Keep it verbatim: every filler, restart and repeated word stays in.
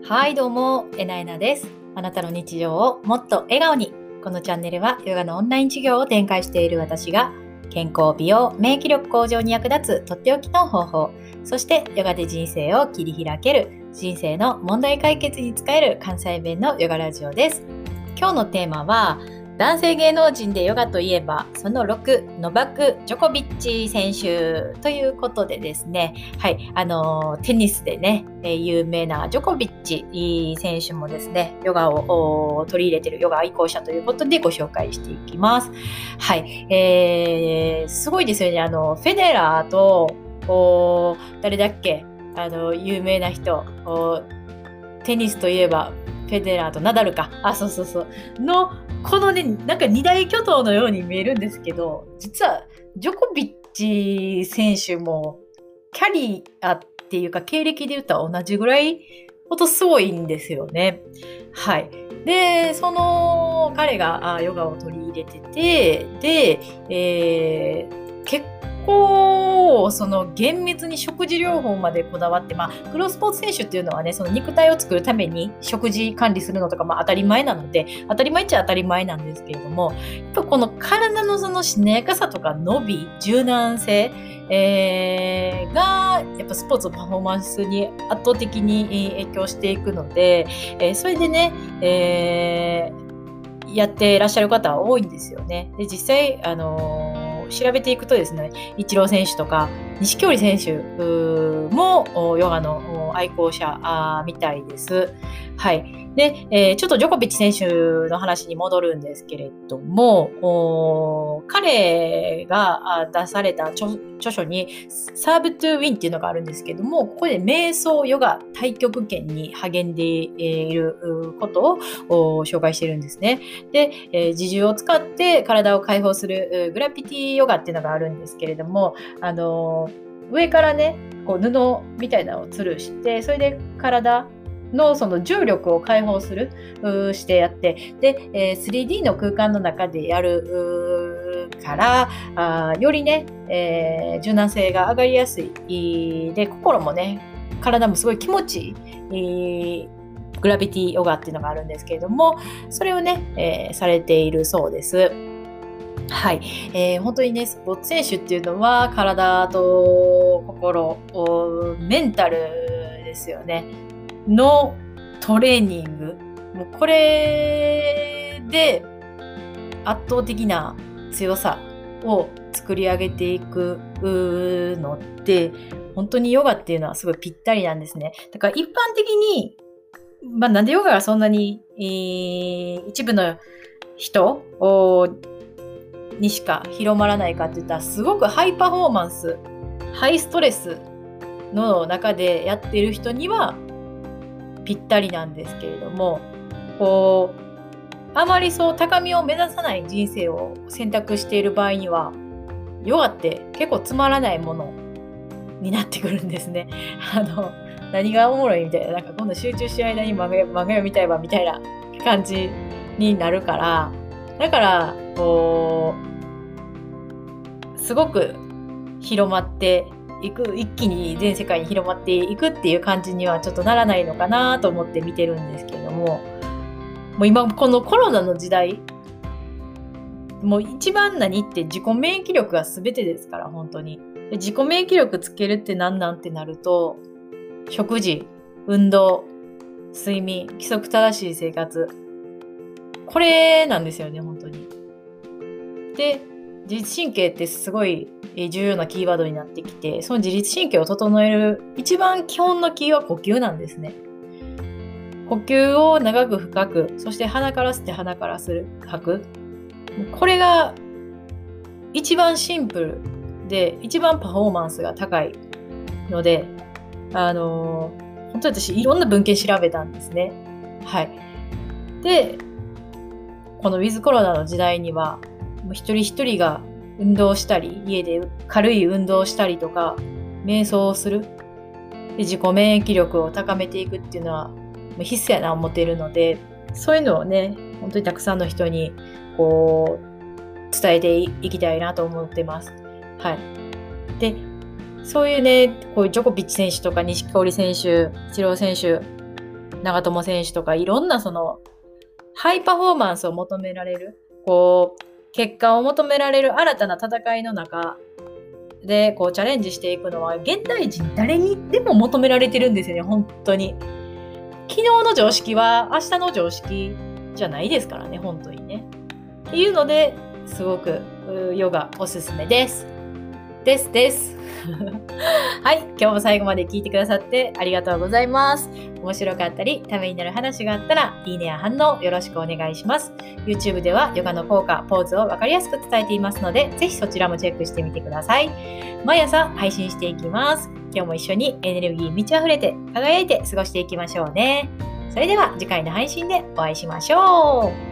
はいどうも、えなえなです。あなたの日常をもっと笑顔に。このチャンネルはヨガのオンライン授業を展開している私が健康、美容、免疫力向上に役立つとっておきの方法、そしてヨガで人生を切り開ける人生の問題解決に使える関西弁のヨガラジオです。今日のテーマは男性芸能人でヨガといえばそのろく、ノバク・ジョコビッチ選手ということでですね、はい、あのテニスでね、えー、有名なジョコビッチ選手もですね、ヨガを取り入れているヨガ愛好者ということでご紹介していきます。はい、えー、すごいですよね。あのフェデラーとお誰だっけ、あの有名な人、テニスといえばフェデラーとナダルか、あ、そうそうそうのこのね、なんか二大巨頭のように見えるんですけど、実はジョコビッチ選手もキャリアっていうか経歴で言ったら同じぐらいほんとすごいんですよね。はい。で、その彼がヨガを取り入れてて、で、えー、結構その厳密に食事療法までこだわって、まあ、プロスポーツ選手っていうのはね、その肉体を作るために食事管理するのとか、まあ、当たり前なので、当たり前っちゃ当たり前なんですけれども、やっぱこの体のそのしなやかさとか伸び、柔軟性、えー、がやっぱスポーツのパフォーマンスに圧倒的に影響していくので、えー、それでね、えー、やっていらっしゃる方は多いんですよね。で、実際、あのー調べていくとですね、イチロー選手とか錦織選手もヨガの愛好者みたいです。はい。で、えー、ちょっとジョコビッチ選手の話に戻るんですけれども、彼が出された著, 著書にサーブトゥーウィンっていうのがあるんですけども、ここで瞑想、ヨガ、太極拳に励んでいることを紹介しているんですね。で、えー、自重を使って体を解放するグラビティヨガっていうのがあるんですけれども、あのー、上からね、こう布みたいなのを吊るして、それで体のその重力を解放するしてやって、で、えー、スリーディー の空間の中でやるからあよりね、えー、柔軟性が上がりやすいで、心もね、体もすごい気持ちいいグラビティヨガっていうのがあるんですけれども、それをね、えー、されているそうです。はい、えー、本当にね、スポーツ選手っていうのは体と心、メンタルですよねのトレーニング、もうこれで圧倒的な強さを作り上げていくのって本当にヨガっていうのはすごいぴったりなんですね。だから一般的に、まあ、なんでヨガがそんなに、えー、一部の人にしか広まらないかっていったら、すごくハイパフォーマンス、ハイストレスの中でやってる人にはぴったりなんですけれども、こうあまりそう高みを目指さない人生を選択している場合には、ヨガって結構つまらないものになってくるんですね。あの何がおもろいみたいな、なんか今度集中してる間に漫画漫画読みたいわみたいな感じになるから、だからこうすごく広まっていく、一気に全世界に広まっていくっていう感じにはちょっとならないのかなと思って見てるんですけれども、もう今このコロナの時代、もう一番何って自己免疫力が全てですから、本当に。で、自己免疫力つけるって何なんってなると、食事、運動、睡眠、規則正しい生活、これなんですよね、本当に。で、自律神経ってすごい重要なキーワードになってきて、その自律神経を整える一番基本のキーは呼吸なんですね。呼吸を長く深く、そして鼻から吸って鼻からする吐く、これが一番シンプルで一番パフォーマンスが高いので、あのー、本当に私いろんな文献調べたんですね。はい。で、このウィズコロナの時代にはもう一人一人が運動したり、家で軽い運動したりとか、瞑想をする、で自己免疫力を高めていくっていうのは必須やな思っているので、そういうのをね、本当にたくさんの人にこう伝えていきたいなと思ってます。はい。で、そういうね、こういうジョコビッチ選手とか錦織選手、イチロー選手、 長友選手とかいろんなそのハイパフォーマンスを求められる、こう結果を求められる新たな戦いの中でこうチャレンジしていくのは現代人誰にでも求められてるんですよね。本当に昨日の常識は明日の常識じゃないですからね、本当にね。っていうのですごくヨガおすすめですですですはい、今日も最後まで聞いてくださってありがとうございます。面白かったりためになる話があったらいいねや反応よろしくお願いします。 YouTube ではヨガの効果ポーズを分かりやすく伝えていますので、ぜひそちらもチェックしてみてください。毎朝配信していきます。今日も一緒にエネルギー満ち溢れて輝いて過ごしていきましょうね。それでは次回の配信でお会いしましょう。